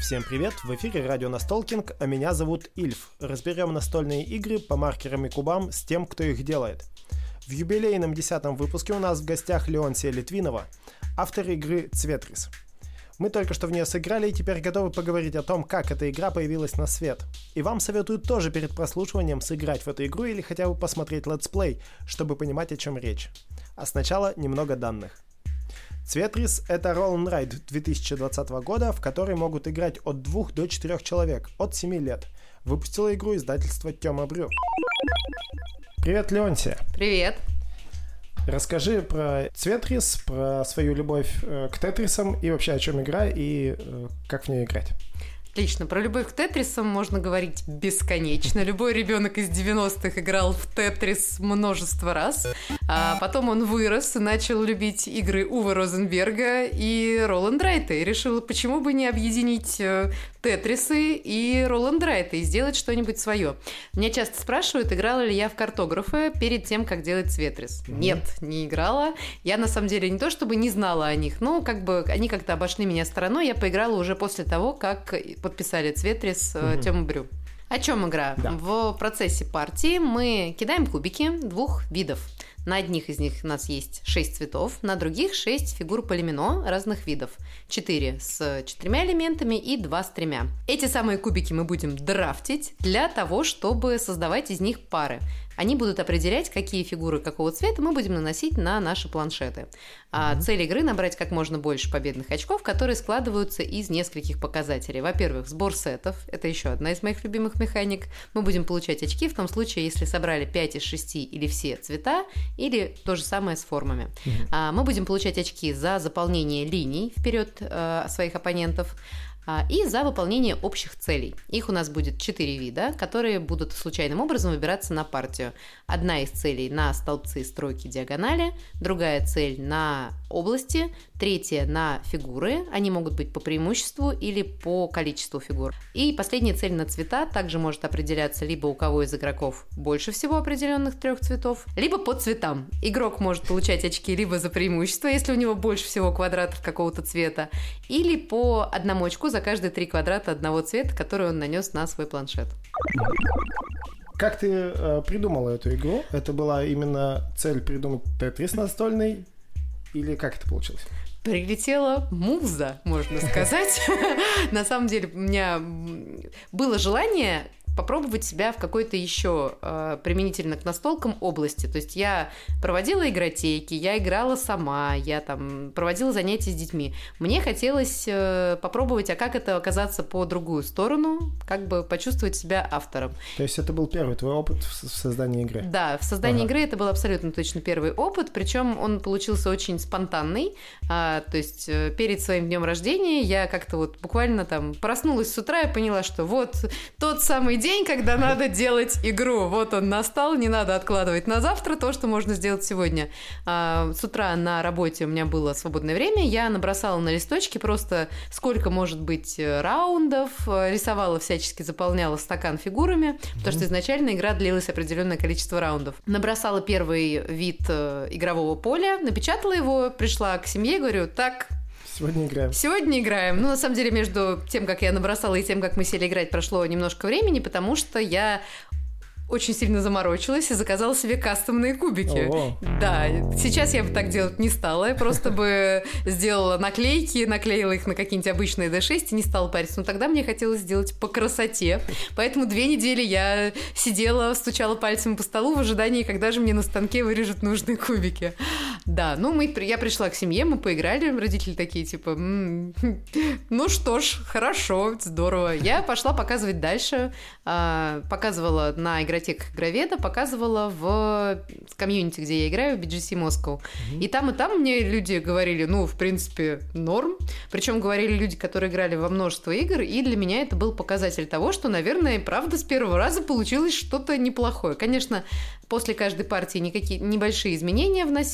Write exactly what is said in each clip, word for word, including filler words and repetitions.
Всем привет, в эфире радио Настолкинг, а меня зовут Ильф. Разберем настольные игры по маркерам и кубам с тем, кто их делает. В юбилейном десятом выпуске у нас в гостях Леонтия Литвинова, автор игры Цветрис. Мы только что в нее сыграли и теперь готовы поговорить о том, как эта игра появилась на свет. И вам советую тоже перед прослушиванием сыграть в эту игру или хотя бы посмотреть летсплей, чтобы понимать, о чем речь. А сначала немного данных. Цветрис — это Roll and Ride две тысячи двадцатого года, в который могут играть от двух до четырех человек, от семи лет. Выпустило игру издательство Тёма Брю. Привет, Леонтия. Привет. Расскажи про Цветрис, про свою любовь э, к тетрисам и вообще о чем игра и э, как в нее играть. Отлично. Про любовь к тетрисам можно говорить бесконечно. Любой ребенок из девяностых играл в тетрис множество раз. А потом он вырос и начал любить игры Уве Розенберга и Roll and Ride. И решил, почему бы не объединить тетрисы и Roll and Ride и сделать что-нибудь свое. Меня часто спрашивают, играла ли я в картографы перед тем, как делать Цветрис. Mm-hmm. Нет, не играла. Я на самом деле не то чтобы не знала о них, но как бы они как-то обошли меня стороной. Я поиграла уже после того, как подписали Цветрис mm-hmm. Тёма Брю. О чем игра? Да. В процессе партии мы кидаем кубики двух видов. На одних из них у нас есть шесть цветов, на других шесть фигур полимино разных видов. четыре с четырьмя элементами и два с тремя. Эти самые кубики мы будем драфтить для того, чтобы создавать из них пары. Они будут определять, какие фигуры какого цвета мы будем наносить на наши планшеты. А mm-hmm. цель игры – набрать как можно больше победных очков, которые складываются из нескольких показателей. Во-первых, сбор сетов – это еще одна из моих любимых механик. Мы будем получать очки в том случае, если собрали пять из шести или все цвета, или то же самое с формами. Mm-hmm. А, мы будем получать очки за заполнение линий вперед э, своих оппонентов, и за выполнение общих целей. Их у нас будет четыре вида, которые будут случайным образом выбираться на партию. Одна из целей на столбцы, стройки, диагонали, другая цель на области, третья на фигуры. Они могут быть по преимуществу или по количеству фигур. И последняя цель на цвета также может определяться либо у кого из игроков больше всего определенных трех цветов, либо по цветам. Игрок может получать очки либо за преимущество, если у него больше всего квадратов какого-то цвета, или по одному очку за каждые три квадрата одного цвета, который он нанес на свой планшет. Как ты э, придумала эту игру? Это была именно цель придумать тетрис настольный? Или как это получилось? Прилетела муза, можно сказать. На самом деле у меня было желание попробовать себя в какой-то еще э, применительно к настолкам области. То есть я проводила игротеки, я играла сама, я там проводила занятия с детьми. Мне хотелось э, попробовать, а как это оказаться по другую сторону, как бы почувствовать себя автором. То есть это был первый твой опыт в, в создании игры? Да, в создании ага. игры это был абсолютно точно первый опыт, причем он получился очень спонтанный. А, то есть э, перед своим днем рождения я как-то вот буквально там проснулась с утра и поняла, что вот тот самый день, когда надо делать игру. Вот он настал, не надо откладывать на завтра то, что можно сделать сегодня. А, с утра на работе у меня было свободное время, я набросала на листочке просто сколько может быть раундов, рисовала всячески, заполняла стакан фигурами, mm-hmm. потому что изначально игра длилась определенное количество раундов. Набросала первый вид игрового поля, напечатала его, пришла к семье, говорю, так... Сегодня играем. Сегодня играем. Ну, на самом деле, между тем, как я набросала, и тем, как мы сели играть, прошло немножко времени, потому что я очень сильно заморочилась и заказала себе кастомные кубики. О-о. Да, сейчас я бы так делать не стала. Я просто бы сделала наклейки, наклеила их на какие-нибудь обычные ди шесть и не стала париться. Но тогда мне хотелось сделать по красоте. Поэтому две недели я сидела, стучала пальцем по столу в ожидании, когда же мне на станке вырежут нужные кубики. Да, ну мы, я пришла к семье, мы поиграли. Родители такие, типа, м-м, ну что ж, хорошо, здорово. Я пошла показывать дальше. Показывала на игре Игроведа, показывала в комьюнити, где я играю, би джи си Moscow. Mm-hmm. И там, и там мне люди говорили, ну, в принципе, норм. Причем говорили люди, которые играли во множество игр, и для меня это был показатель того, что, наверное, правда, с первого раза получилось что-то неплохое. Конечно, после каждой партии никакие небольшие изменения вносились, то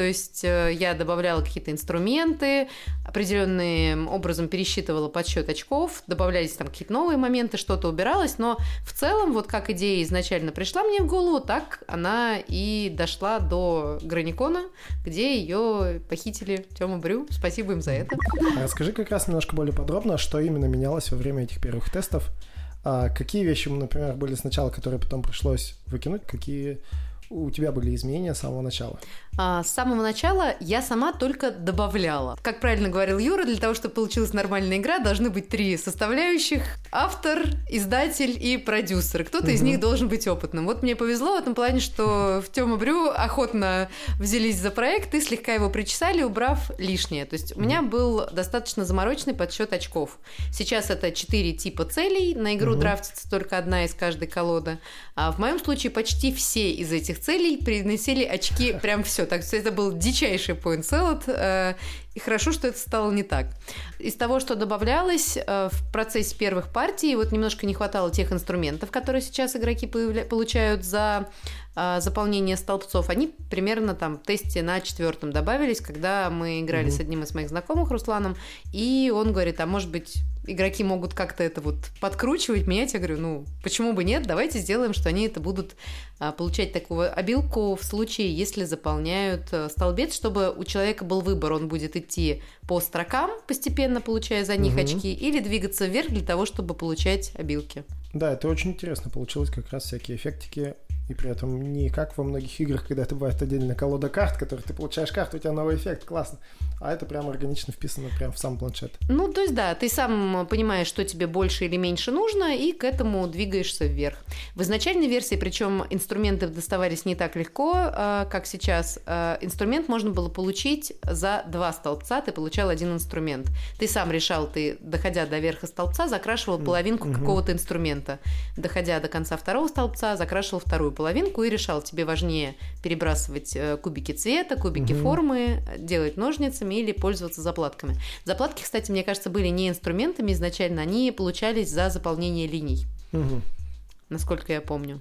есть я добавляла какие-то инструменты, определенным образом пересчитывала подсчет очков, добавлялись там какие-то новые моменты, что-то убиралось, но в целом, вот как идея изначально пришла мне в голову, так она и дошла до Граникона, где ее похитили Тёма Брю. Спасибо им за это. Расскажи как раз немножко более подробно, что именно менялось во время этих первых тестов. А какие вещи, например, были сначала, которые потом пришлось выкинуть, какие у тебя были изменения с самого начала? А, с самого начала я сама только добавляла. Как правильно говорил Юра, для того, чтобы получилась нормальная игра, должны быть три составляющих: автор, издатель и продюсер. Кто-то угу. из них должен быть опытным. Вот мне повезло в этом плане, что в Тёма Брю охотно взялись за проект и слегка его причесали, убрав лишнее. То есть у меня был достаточно замороченный подсчет очков. Сейчас это четыре типа целей. На игру угу. драфтится только одна из каждой колоды. А в моем случае почти все из этих целей приносили очки прям все. Так что это был дичайший point salad, и хорошо, что это стало не так. Из того, что добавлялось в процессе первых партий, вот немножко не хватало тех инструментов, которые сейчас игроки появля... получают за заполнение столбцов. Они примерно там в тесте на четвертом добавились, когда мы играли mm-hmm. с одним из моих знакомых, Русланом, и он говорит, а может быть, игроки могут как-то это вот подкручивать, менять. Я говорю, ну, почему бы нет? Давайте сделаем, что они это будут а, получать такую обилку в случае, если заполняют а, столбец, чтобы у человека был выбор. Он будет идти по строкам, постепенно получая за них угу. очки, или двигаться вверх для того, чтобы получать обилки. Да, это очень интересно. Получилось как раз всякие эффектики. И при этом не как во многих играх, когда это бывает отдельная колода карт, в которых ты получаешь карту, у тебя новый эффект, классно. А это прям органично вписано прям в сам планшет. Ну, то есть, да, ты сам понимаешь, что тебе больше или меньше нужно, и к этому двигаешься вверх. В изначальной версии, причем инструменты доставались не так легко, как сейчас. Инструмент можно было получить за два столбца, ты получал один инструмент. Ты сам решал, ты, доходя до верха столбца, закрашивал половинку mm-hmm. какого-то инструмента. Доходя до конца второго столбца, закрашивал вторую половинку и решал, тебе важнее перебрасывать кубики цвета, кубики угу. формы, делать ножницами или пользоваться заплатками. Заплатки, кстати, мне кажется, были не инструментами изначально, они получались за заполнение линий, угу. насколько я помню.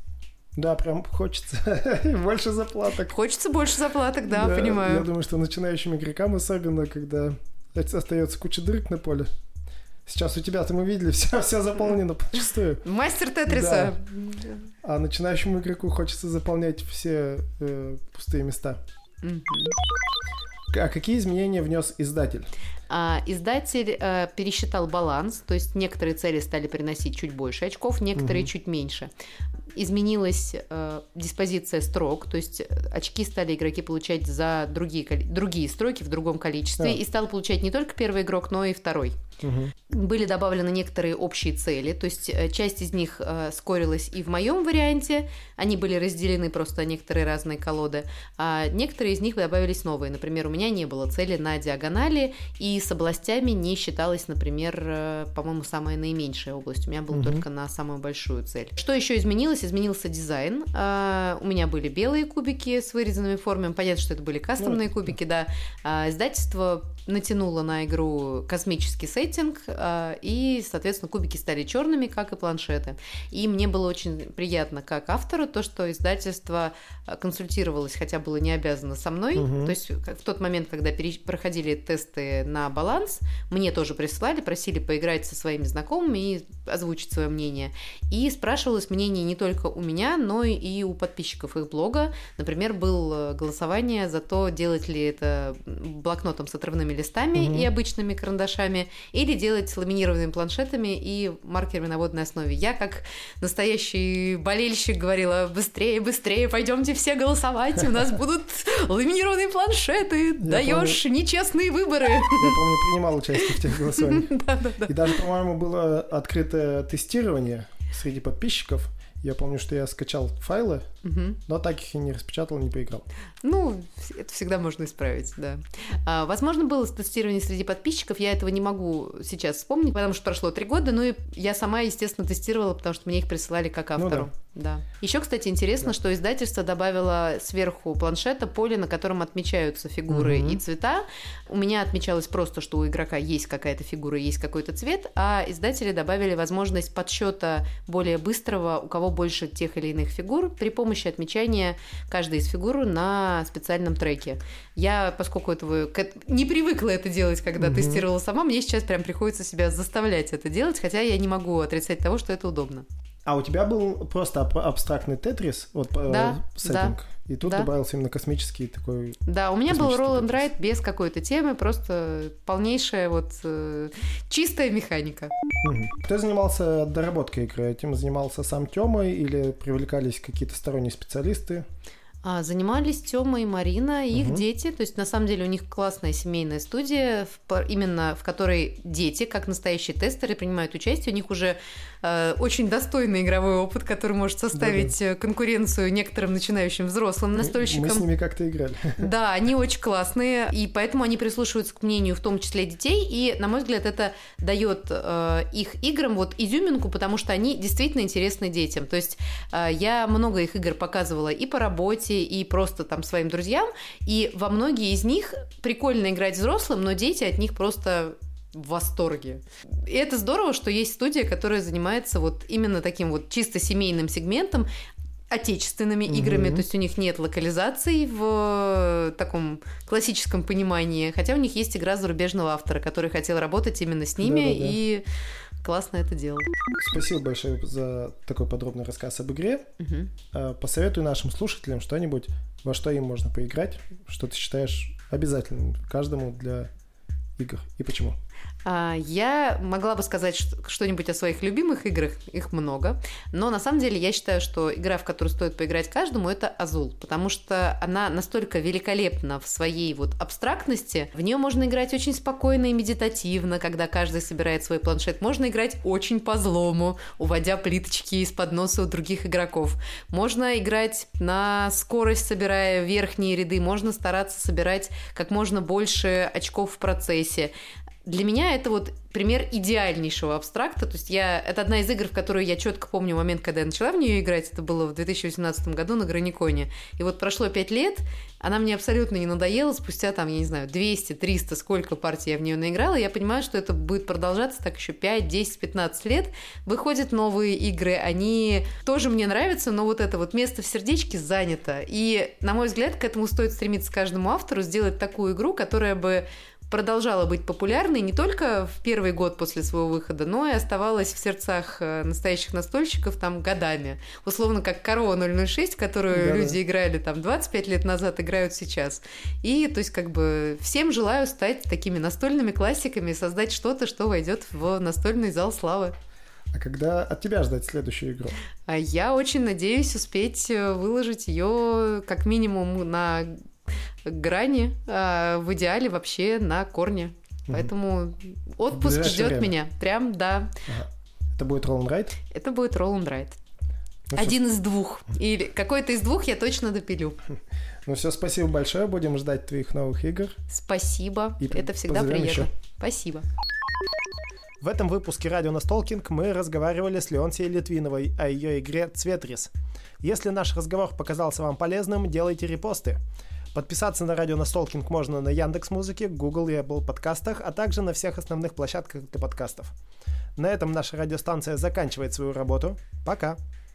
Да, прям хочется больше заплаток. Хочется больше заплаток, да, да, понимаю. Я думаю, что начинающим игрокам, особенно когда остается куча дырок на поле. Сейчас у тебя-то мы видели, все, все заполнено подчистую. Мастер Тетриса. Да. А начинающему игроку хочется заполнять все э, пустые места. Mm-hmm. А какие изменения внес издатель? А, издатель э, пересчитал баланс, то есть некоторые цели стали приносить чуть больше очков, некоторые mm-hmm. чуть меньше. Изменилась э, диспозиция строк, то есть очки стали игроки получать за другие, другие строки в другом количестве, yeah. и стал получать не только первый игрок, но и второй. Угу. Были добавлены некоторые общие цели, то есть часть из них э, скорилась и в моем варианте, они были разделены просто на некоторые разные колоды, а некоторые из них добавились новые. Например, у меня не было цели на диагонали, и с областями не считалась, например, э, по-моему, самая наименьшая область. У меня была угу. только на самую большую цель. Что еще изменилось? Изменился дизайн. Э, у меня были белые кубики с вырезанными формами. Понятно, что это были кастомные ну, кубики, да. А издательство натянуло на игру космический сеттинг, и, соответственно, кубики стали черными, как и планшеты. И мне было очень приятно, как автору, то, что издательство консультировалось, хотя было не обязано со мной. Угу. То есть в тот момент, когда пере- проходили тесты на баланс, мне тоже присылали, просили поиграть со своими знакомыми и озвучить свое мнение. И спрашивалось мнение не только у меня, но и у подписчиков их блога. Например, было голосование за то, делать ли это блокнотом с отрывными листами угу. и обычными карандашами, или делать ламинированными планшетами и маркерами на водной основе. Я, как настоящий болельщик, говорила: быстрее, быстрее, пойдемте все голосовать, у нас будут ламинированные планшеты, даешь нечестные выборы. Я помню, принимал участие в тех голосованиях. И даже, по-моему, было открытое тестирование среди подписчиков. Я помню, что я скачал файлы, угу. но так их и не распечатал, не поиграл. Ну, это всегда можно исправить, да. А, возможно, было тестирование среди подписчиков, я этого не могу сейчас вспомнить, потому что прошло три года, но и я сама, естественно, тестировала, потому что мне их присылали как автору. Ну, да. Да. Еще, кстати, интересно, да. что издательство добавило сверху планшета поле, на котором отмечаются фигуры угу. и цвета. У меня отмечалось просто, что у игрока есть какая-то фигура, есть какой-то цвет, а издатели добавили возможность подсчета более быстрого, у кого больше тех или иных фигур, при помощи отмечания каждой из фигур на специальном треке. Я, поскольку этого не привыкла это делать, когда угу. тестировала сама, мне сейчас прям приходится себя заставлять это делать, хотя я не могу отрицать того, что это удобно. А у тебя был просто абстрактный тетрис, вот да, сеттинг, да, и тут да. добавился именно космический такой. Да, у меня был roll and write без какой-то темы, просто полнейшая вот э, чистая механика. Угу. Кто занимался доработкой игры? Этим занимался сам Тёма или привлекались какие-то сторонние специалисты? Занимались Тёма и Марина, и их угу. дети. То есть, на самом деле, у них классная семейная студия, в, именно в которой дети, как настоящие тестеры, принимают участие. У них уже э, очень достойный игровой опыт, который может составить да, да. конкуренцию некоторым начинающим взрослым настольщикам. Мы с ними как-то играли. Да, они очень классные, и поэтому они прислушиваются к мнению, в том числе детей. И, на мой взгляд, это дает э, их играм вот изюминку, потому что они действительно интересны детям. То есть, э, я много их игр показывала и по работе, и просто там своим друзьям, и во многие из них прикольно играть взрослым, но дети от них просто в восторге. И это здорово, что есть студия, которая занимается вот именно таким вот чисто семейным сегментом, отечественными mm-hmm. играми, то есть у них нет локализаций в таком классическом понимании, хотя у них есть игра зарубежного автора, который хотел работать именно с ними, да-да-да. И классно это делал. Спасибо большое за такой подробный рассказ об игре. Угу. Посоветуй нашим слушателям что-нибудь, во что им можно поиграть, что ты считаешь обязательным каждому для игр и почему? Я могла бы сказать что-нибудь о своих любимых играх, их много, но на самом деле я считаю, что игра, в которую стоит поиграть каждому, это Азул, потому что она настолько великолепна в своей вот абстрактности, в нее можно играть очень спокойно и медитативно, когда каждый собирает свой планшет, можно играть очень по-злому, уводя плиточки из-под носа у других игроков, можно играть на скорость, собирая верхние ряды, можно стараться собирать как можно больше очков в процессе. Для меня это вот пример идеальнейшего абстракта. То есть я... это одна из игр, в которую я четко помню момент, когда я начала в нее играть. Это было в две тысячи восемнадцатом году на Граниконе. И вот прошло пять лет, она мне абсолютно не надоела. Спустя там, я не знаю, двести, триста, сколько партий я в нее наиграла. Я понимаю, что это будет продолжаться так еще пять, десять, пятнадцать лет. Выходят новые игры, они тоже мне нравятся, но вот это вот место в сердечке занято. И, на мой взгляд, к этому стоит стремиться каждому автору, сделать такую игру, которая бы продолжала быть популярной не только в первый год после своего выхода, но и оставалась в сердцах настоящих настольщиков там годами. Условно, как «Корова ноль ноль шесть», в которую да, люди да. играли там двадцать пять лет назад, играют сейчас. И, то есть, как бы всем желаю стать такими настольными классиками, создать что-то, что войдет в настольный зал славы. А когда от тебя ждать следующую игру? А я очень надеюсь успеть выложить ее как минимум на грани, а в идеале вообще на корне. Угу. Поэтому отпуск ждет меня. Прям, да. Ага. Это будет Roll and Write? Это будет Roll and Write. Ну, Один все... из двух. Или какой-то из двух я точно допилю. Ну все, спасибо большое. Будем ждать твоих новых игр. Спасибо. И Это всегда приятно. Еще. Спасибо. В этом выпуске «Радио Настолкинг» мы разговаривали с Леонтией Литвиновой о ее игре «Цветрис». Если наш разговор показался вам полезным, делайте репосты. Подписаться на «Радио Настолкинг» можно на Яндекс.Музыке, Google и Apple подкастах, а также на всех основных площадках для подкастов. На этом наша радиостанция заканчивает свою работу. Пока!